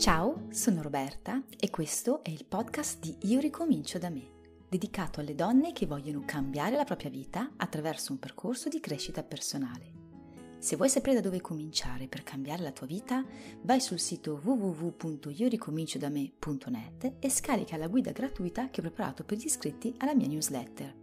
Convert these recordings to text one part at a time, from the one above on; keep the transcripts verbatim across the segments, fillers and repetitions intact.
Ciao, sono Roberta e questo è il podcast di Io ricomincio da me, dedicato alle donne che vogliono cambiare la propria vita attraverso un percorso di crescita personale. Se vuoi sapere da dove cominciare per cambiare la tua vita, vai sul sito w w w punto io ricomincio da me punto net e scarica la guida gratuita che ho preparato per gli iscritti alla mia newsletter.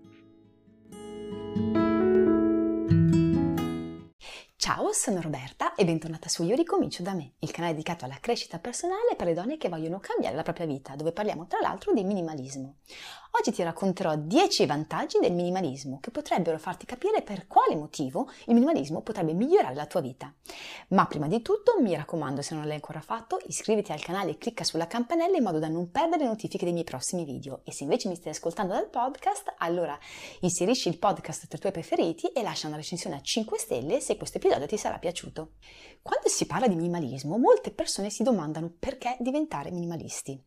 Ciao, sono Roberta e bentornata su Io ricomincio da me, il canale dedicato alla crescita personale per le donne che vogliono cambiare la propria vita, dove parliamo tra l'altro di minimalismo. Oggi ti racconterò dieci vantaggi del minimalismo che potrebbero farti capire per quale motivo il minimalismo potrebbe migliorare la tua vita. Ma prima di tutto, mi raccomando, se non l'hai ancora fatto, iscriviti al canale e clicca sulla campanella in modo da non perdere le notifiche dei miei prossimi video. E se invece mi stai ascoltando dal podcast, allora inserisci il podcast tra i tuoi preferiti e lascia una recensione a cinque stelle se questo episodio ti sarà piaciuto. Quando si parla di minimalismo, molte persone si domandano perché diventare minimalisti.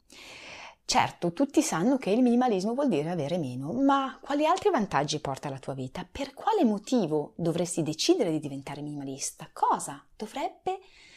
Certo, tutti sanno che il minimalismo vuol dire avere meno, ma quali altri vantaggi porta alla tua vita? Per quale motivo dovresti decidere di diventare minimalista? Cosa dovrebbe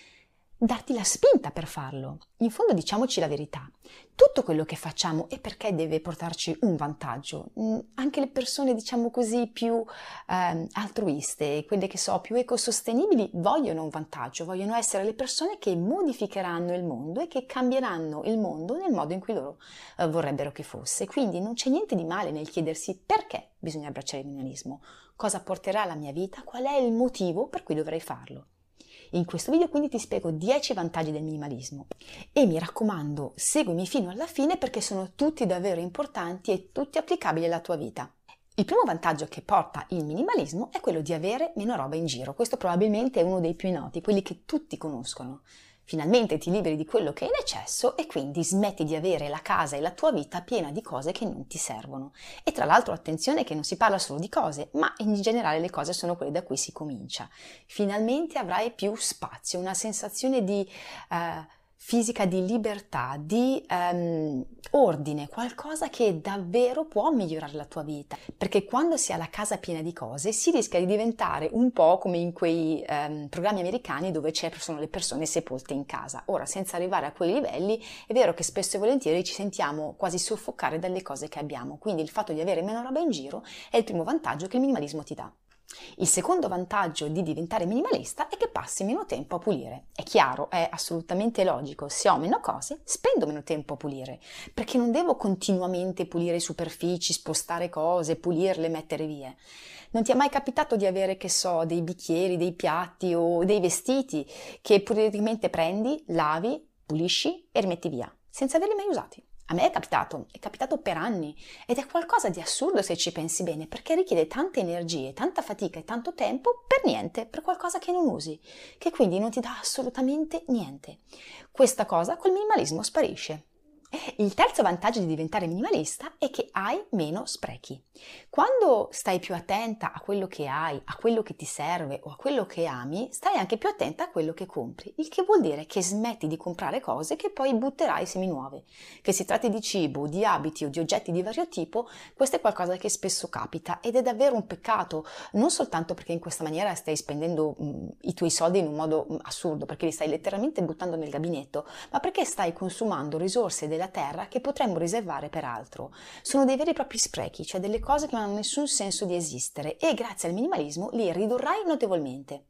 darti la spinta per farlo? In fondo, diciamoci la verità, tutto quello che facciamo è perché deve portarci un vantaggio. Anche le persone, diciamo così, più eh, altruiste, quelle che so, più ecosostenibili, vogliono un vantaggio, vogliono essere le persone che modificheranno il mondo e che cambieranno il mondo nel modo in cui loro eh, vorrebbero che fosse. Quindi non c'è niente di male nel chiedersi perché bisogna abbracciare il minimalismo, cosa porterà alla mia vita, qual è il motivo per cui dovrei farlo. In questo video quindi ti spiego dieci vantaggi del minimalismo e mi raccomando, seguimi fino alla fine perché sono tutti davvero importanti e tutti applicabili alla tua vita. Il primo vantaggio che porta il minimalismo è quello di avere meno roba in giro. Questo probabilmente è uno dei più noti, quelli che tutti conoscono. Finalmente ti liberi di quello che è in eccesso e quindi smetti di avere la casa e la tua vita piena di cose che non ti servono. E tra l'altro attenzione che non si parla solo di cose, ma in generale le cose sono quelle da cui si comincia. Finalmente avrai più spazio, una sensazione di eh, fisica di libertà, di um, ordine, qualcosa che davvero può migliorare la tua vita. Perché quando si ha la casa piena di cose si rischia di diventare un po' come in quei um, programmi americani dove ci sono le persone sepolte in casa. Ora, senza arrivare a quei livelli, è vero che spesso e volentieri ci sentiamo quasi soffocare dalle cose che abbiamo. Quindi il fatto di avere meno roba in giro è il primo vantaggio che il minimalismo ti dà. Il secondo vantaggio di diventare minimalista è che passi meno tempo a pulire. È chiaro, è assolutamente logico, se ho meno cose spendo meno tempo a pulire, perché non devo continuamente pulire superfici, spostare cose, pulirle, mettere via. Non ti è mai capitato di avere, che so, dei bicchieri, dei piatti o dei vestiti che praticamente prendi, lavi, pulisci e rimetti via, senza averli mai usati? A me è capitato, è capitato per anni ed è qualcosa di assurdo se ci pensi bene, perché richiede tante energie, tanta fatica e tanto tempo per niente, per qualcosa che non usi, che quindi non ti dà assolutamente niente. Questa cosa col minimalismo sparisce. Il terzo vantaggio di diventare minimalista è che hai meno sprechi. Quando stai più attenta a quello che hai, a quello che ti serve o a quello che ami, stai anche più attenta a quello che compri, il che vuol dire che smetti di comprare cose che poi butterai seminuove. Che si tratti di cibo, di abiti o di oggetti di vario tipo, questo è qualcosa che spesso capita ed è davvero un peccato, non soltanto perché in questa maniera stai spendendo mh, i tuoi soldi in un modo mh, assurdo, perché li stai letteralmente buttando nel gabinetto, ma perché stai consumando risorse della terra che potremmo riservare per altro. Sono dei veri e propri sprechi, cioè delle cose che non hanno nessun senso di esistere e grazie al minimalismo li ridurrai notevolmente.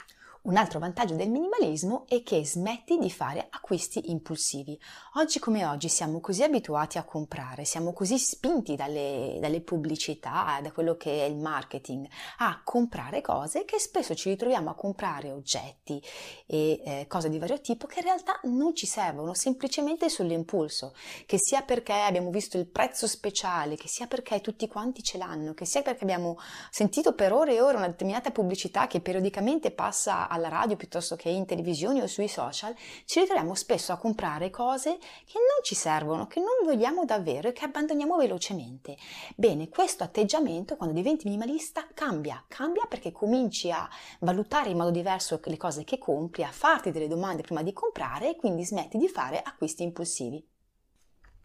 Un altro vantaggio del minimalismo è che smetti di fare acquisti impulsivi. Oggi come oggi siamo così abituati a comprare, siamo così spinti dalle, dalle pubblicità, da quello che è il marketing, a comprare cose che spesso ci ritroviamo a comprare oggetti e eh, cose di vario tipo che in realtà non ci servono, semplicemente sull'impulso, che sia perché abbiamo visto il prezzo speciale, che sia perché tutti quanti ce l'hanno, che sia perché abbiamo sentito per ore e ore una determinata pubblicità che periodicamente passa alla radio piuttosto che in televisione o sui social, ci ritroviamo spesso a comprare cose che non ci servono, che non vogliamo davvero e che abbandoniamo velocemente. Bene, questo atteggiamento quando diventi minimalista cambia, cambia perché cominci a valutare in modo diverso le cose che compri, a farti delle domande prima di comprare e quindi smetti di fare acquisti impulsivi.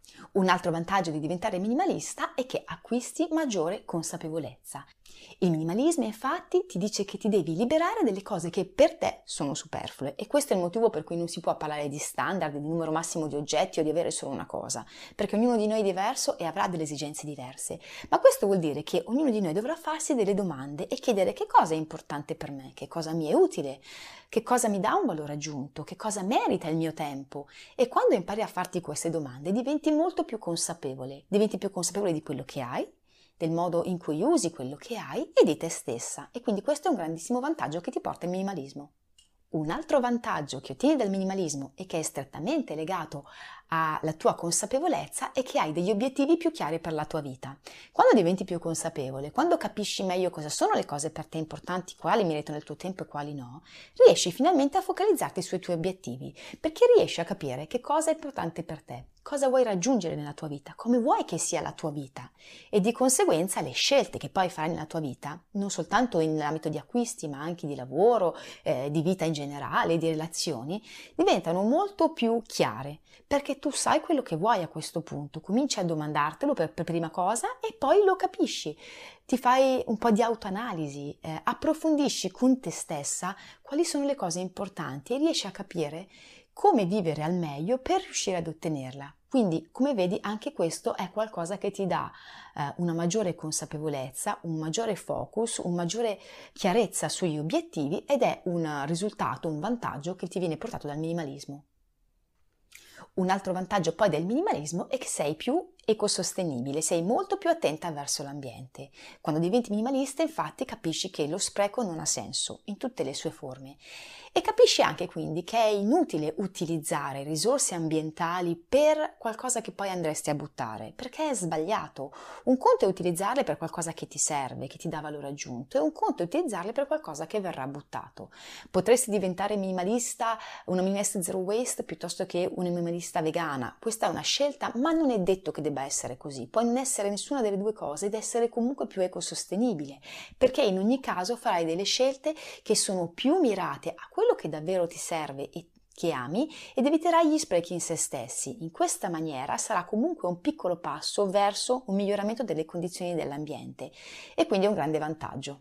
Un altro vantaggio di diventare minimalista è che acquisti maggiore consapevolezza. Il minimalismo infatti ti dice che ti devi liberare delle cose che per te sono superflue e questo è il motivo per cui non si può parlare di standard, di numero massimo di oggetti o di avere solo una cosa, perché ognuno di noi è diverso e avrà delle esigenze diverse, ma questo vuol dire che ognuno di noi dovrà farsi delle domande e chiedere che cosa è importante per me, che cosa mi è utile, che cosa mi dà un valore aggiunto, che cosa merita il mio tempo e quando impari a farti queste domande diventi molto più consapevole, diventi più consapevole di quello che hai, del modo in cui usi quello che hai e di te stessa e quindi questo è un grandissimo vantaggio che ti porta il minimalismo. Un altro vantaggio che ottieni dal minimalismo e che è strettamente legato alla tua consapevolezza è che hai degli obiettivi più chiari per la tua vita. Quando diventi più consapevole, quando capisci meglio cosa sono le cose per te importanti, quali meritano il tuo tempo e quali no, riesci finalmente a focalizzarti sui tuoi obiettivi, perché riesci a capire che cosa è importante per te, cosa vuoi raggiungere nella tua vita, come vuoi che sia la tua vita e di conseguenza le scelte che poi farai nella tua vita, non soltanto nell'ambito di acquisti ma anche di lavoro, eh, di vita in generale, di relazioni, diventano molto più chiare perché tu sai quello che vuoi a questo punto, cominci a domandartelo per, per prima cosa e poi lo capisci, ti fai un po' di autoanalisi, eh, approfondisci con te stessa quali sono le cose importanti e riesci a capire come vivere al meglio per riuscire ad ottenerla. Quindi, come vedi, anche questo è qualcosa che ti dà eh, una maggiore consapevolezza, un maggiore focus, una maggiore chiarezza sugli obiettivi ed è un risultato, un vantaggio che ti viene portato dal minimalismo. Un altro vantaggio poi del minimalismo è che sei più ecosostenibile, sei molto più attenta verso l'ambiente. Quando diventi minimalista, infatti, capisci che lo spreco non ha senso in tutte le sue forme e capisci anche quindi che è inutile utilizzare risorse ambientali per qualcosa che poi andresti a buttare, perché è sbagliato. Un conto è utilizzarle per qualcosa che ti serve, che ti dà valore aggiunto, e un conto è utilizzarle per qualcosa che verrà buttato. Potresti diventare minimalista, una minimalista zero waste piuttosto che una minimalista vegana. Questa è una scelta, ma non è detto che debba essere così. Può non essere nessuna delle due cose ed essere comunque più ecosostenibile, perché in ogni caso farai delle scelte che sono più mirate a quello che davvero ti serve e che ami ed eviterai gli sprechi in se stessi. In questa maniera sarà comunque un piccolo passo verso un miglioramento delle condizioni dell'ambiente e quindi è un grande vantaggio.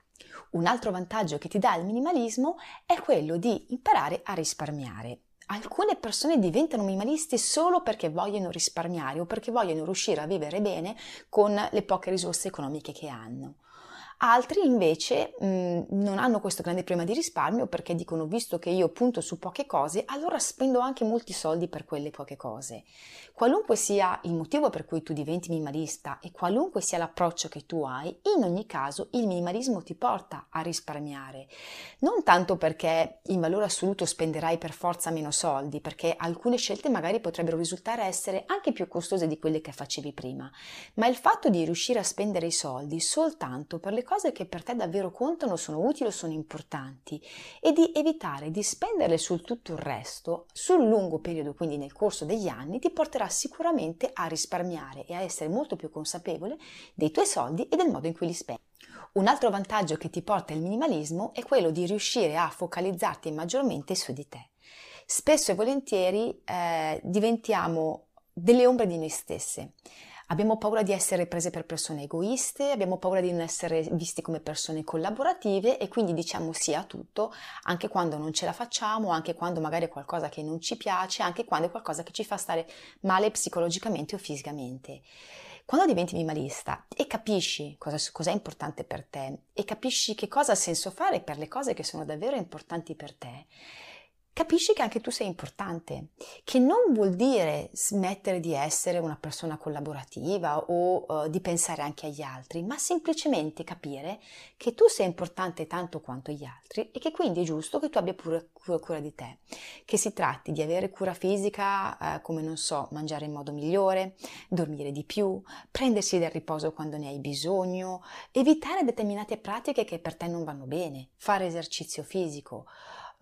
Un altro vantaggio che ti dà il minimalismo è quello di imparare a risparmiare. Alcune persone diventano minimalisti solo perché vogliono risparmiare o perché vogliono riuscire a vivere bene con le poche risorse economiche che hanno. Altri invece mh, non hanno questo grande problema di risparmio perché dicono visto che io punto su poche cose allora spendo anche molti soldi per quelle poche cose. Qualunque sia il motivo per cui tu diventi minimalista e qualunque sia l'approccio che tu hai, in ogni caso il minimalismo ti porta a risparmiare. Non tanto perché in valore assoluto spenderai per forza meno soldi, perché alcune scelte magari potrebbero risultare essere anche più costose di quelle che facevi prima, ma il fatto di riuscire a spendere i soldi soltanto per le cose che per te davvero contano, sono utili o sono importanti e di evitare di spenderle sul tutto il resto sul lungo periodo, quindi nel corso degli anni, ti porterà sicuramente a risparmiare e a essere molto più consapevole dei tuoi soldi e del modo in cui li spendi. Un altro vantaggio che ti porta il minimalismo è quello di riuscire a focalizzarti maggiormente su di te. Spesso e volentieri eh, diventiamo delle ombre di noi stesse. Abbiamo paura di essere prese per persone egoiste, abbiamo paura di non essere visti come persone collaborative e quindi diciamo sì a tutto, anche quando non ce la facciamo, anche quando magari è qualcosa che non ci piace, anche quando è qualcosa che ci fa stare male psicologicamente o fisicamente. Quando diventi minimalista e capisci cosa, cosa è importante per te e capisci che cosa ha senso fare per le cose che sono davvero importanti per te, capisci che anche tu sei importante, che non vuol dire smettere di essere una persona collaborativa o uh, di pensare anche agli altri, ma semplicemente capire che tu sei importante tanto quanto gli altri e che quindi è giusto che tu abbia pure cura, cura di te, che si tratti di avere cura fisica, uh, come non so, mangiare in modo migliore, dormire di più, prendersi del riposo quando ne hai bisogno, evitare determinate pratiche che per te non vanno bene, fare esercizio fisico,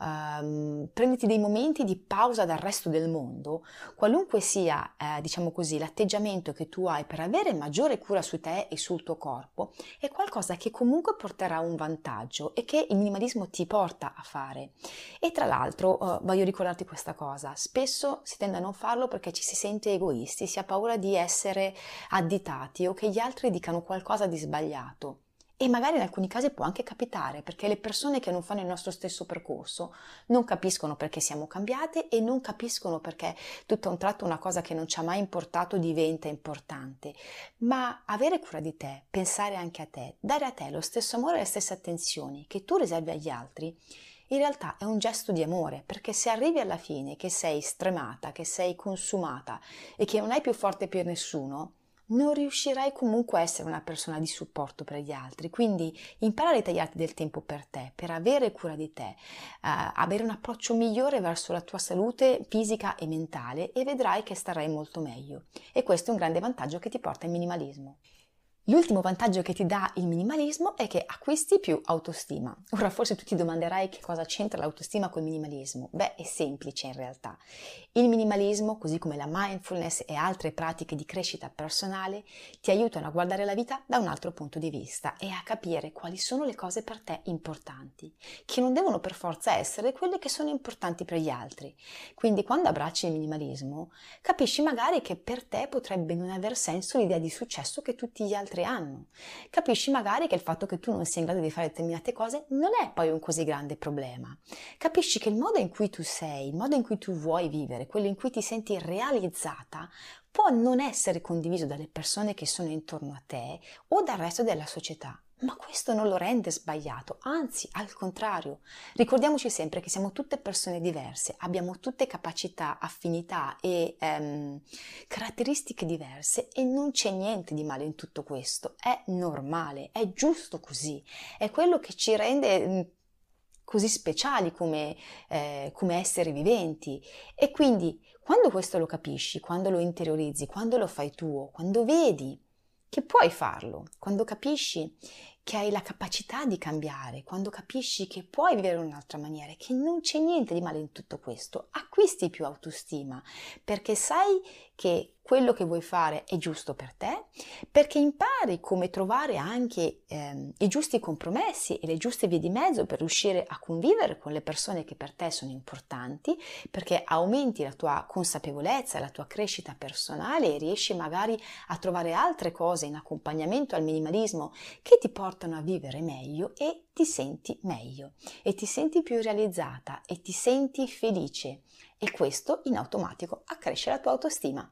um, prenditi dei momenti di pausa dal resto del mondo, qualunque sia, eh, diciamo così, l'atteggiamento che tu hai per avere maggiore cura su te e sul tuo corpo, è qualcosa che comunque porterà un vantaggio e che il minimalismo ti porta a fare. E tra l'altro, uh, voglio ricordarti questa cosa, spesso si tende a non farlo perché ci si sente egoisti, si ha paura di essere additati o che gli altri dicano qualcosa di sbagliato. E magari in alcuni casi può anche capitare, perché le persone che non fanno il nostro stesso percorso non capiscono perché siamo cambiate e non capiscono perché tutto a un tratto una cosa che non ci ha mai importato diventa importante. Ma avere cura di te, pensare anche a te, dare a te lo stesso amore e le stesse attenzioni che tu riservi agli altri, in realtà è un gesto di amore, perché se arrivi alla fine che sei stremata, che sei consumata e che non hai più forte per nessuno, non riuscirai comunque a essere una persona di supporto per gli altri. Quindi impara a ritagliarti del tempo per te, per avere cura di te, uh, avere un approccio migliore verso la tua salute fisica e mentale e vedrai che starai molto meglio. E questo è un grande vantaggio che ti porta il minimalismo. L'ultimo vantaggio che ti dà il minimalismo è che acquisti più autostima. Ora forse tu ti domanderai che cosa c'entra l'autostima col minimalismo. Beh, è semplice in realtà. Il minimalismo, così come la mindfulness e altre pratiche di crescita personale, ti aiutano a guardare la vita da un altro punto di vista e a capire quali sono le cose per te importanti, che non devono per forza essere quelle che sono importanti per gli altri. Quindi quando abbracci il minimalismo, capisci magari che per te potrebbe non aver senso l'idea di successo che tutti gli altri hanno. Capisci magari che il fatto che tu non sia in grado di fare determinate cose non è poi un così grande problema. Capisci che il modo in cui tu sei, il modo in cui tu vuoi vivere, quello in cui ti senti realizzata, può non essere condiviso dalle persone che sono intorno a te o dal resto della società. Ma questo non lo rende sbagliato, anzi, al contrario. Ricordiamoci sempre che siamo tutte persone diverse, abbiamo tutte capacità, affinità e ehm, caratteristiche diverse e non c'è niente di male in tutto questo. È normale, è giusto così, è quello che ci rende mh, così speciali come, eh, come esseri viventi. E quindi quando questo lo capisci, quando lo interiorizzi, quando lo fai tuo, quando vedi che puoi farlo, quando capisci che hai la capacità di cambiare, quando capisci che puoi vivere in un'altra maniera e che non c'è niente di male in tutto questo, acquisti più autostima, perché sai che quello che vuoi fare è giusto per te, perché impari come trovare anche ehm, i giusti compromessi e le giuste vie di mezzo per riuscire a convivere con le persone che per te sono importanti, perché aumenti la tua consapevolezza, la tua crescita personale e riesci magari a trovare altre cose in accompagnamento al minimalismo che ti portano a vivere meglio e ti senti meglio e ti senti più realizzata e ti senti felice e questo in automatico accresce la tua autostima.